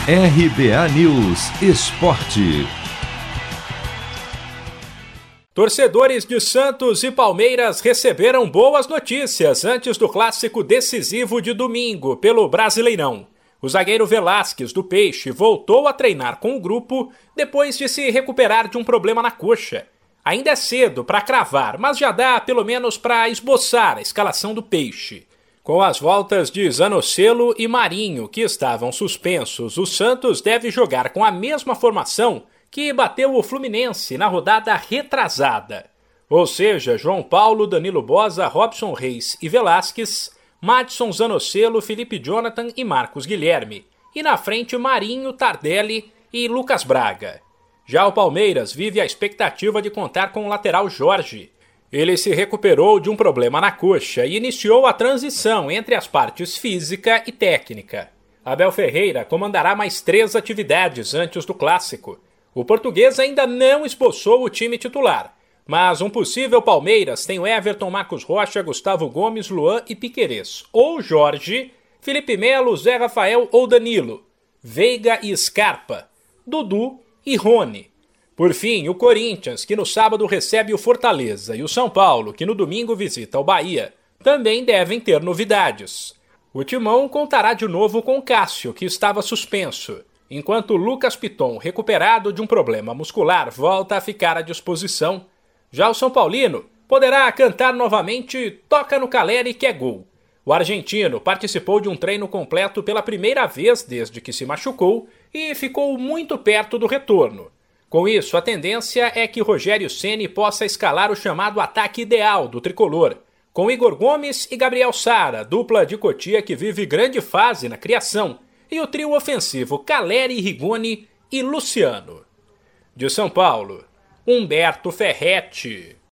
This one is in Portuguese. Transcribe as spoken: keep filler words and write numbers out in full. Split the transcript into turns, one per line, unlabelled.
R B A News Esporte.
Torcedores de Santos e Palmeiras receberam boas notícias antes do clássico decisivo de domingo pelo Brasileirão. O zagueiro Velasquez, do Peixe, voltou a treinar com o grupo depois de se recuperar de um problema na coxa. Ainda é cedo para cravar, mas já dá pelo menos para esboçar a escalação do Peixe. Com as voltas de Zanocelo e Marinho, que estavam suspensos, o Santos deve jogar com a mesma formação que bateu o Fluminense na rodada retrasada. Ou seja, João Paulo, Danilo Boza, Robson Reis e Velasquez, Madison, Zanocelo, Felipe Jonathan e Marcos Guilherme. E na frente Marinho, Tardelli e Lucas Braga. Já o Palmeiras vive a expectativa de contar com o lateral Jorge. Ele se recuperou de um problema na coxa e iniciou a transição entre as partes física e técnica. Abel Ferreira comandará mais três atividades antes do clássico. O português ainda não esboçou o time titular, mas um possível Palmeiras tem o Everton, Marcos Rocha, Gustavo Gomes, Luan e Piquerez, ou Jorge, Felipe Melo, Zé Rafael ou Danilo, Veiga e Scarpa, Dudu e Rony. Por fim, o Corinthians, que no sábado recebe o Fortaleza, e o São Paulo, que no domingo visita o Bahia, também devem ter novidades. O Timão contará de novo com Cássio, que estava suspenso, enquanto Lucas Piton, recuperado de um problema muscular, volta a ficar à disposição. Já o São Paulino poderá cantar novamente Toca no Caleri que é gol. O argentino participou de um treino completo pela primeira vez desde que se machucou e ficou muito perto do retorno. Com isso, a tendência é que Rogério Ceni possa escalar o chamado ataque ideal do tricolor, com Igor Gomes e Gabriel Sara, dupla de Cotia que vive grande fase na criação, e o trio ofensivo Caleri, Rigoni e Luciano. De São Paulo, Humberto Ferretti.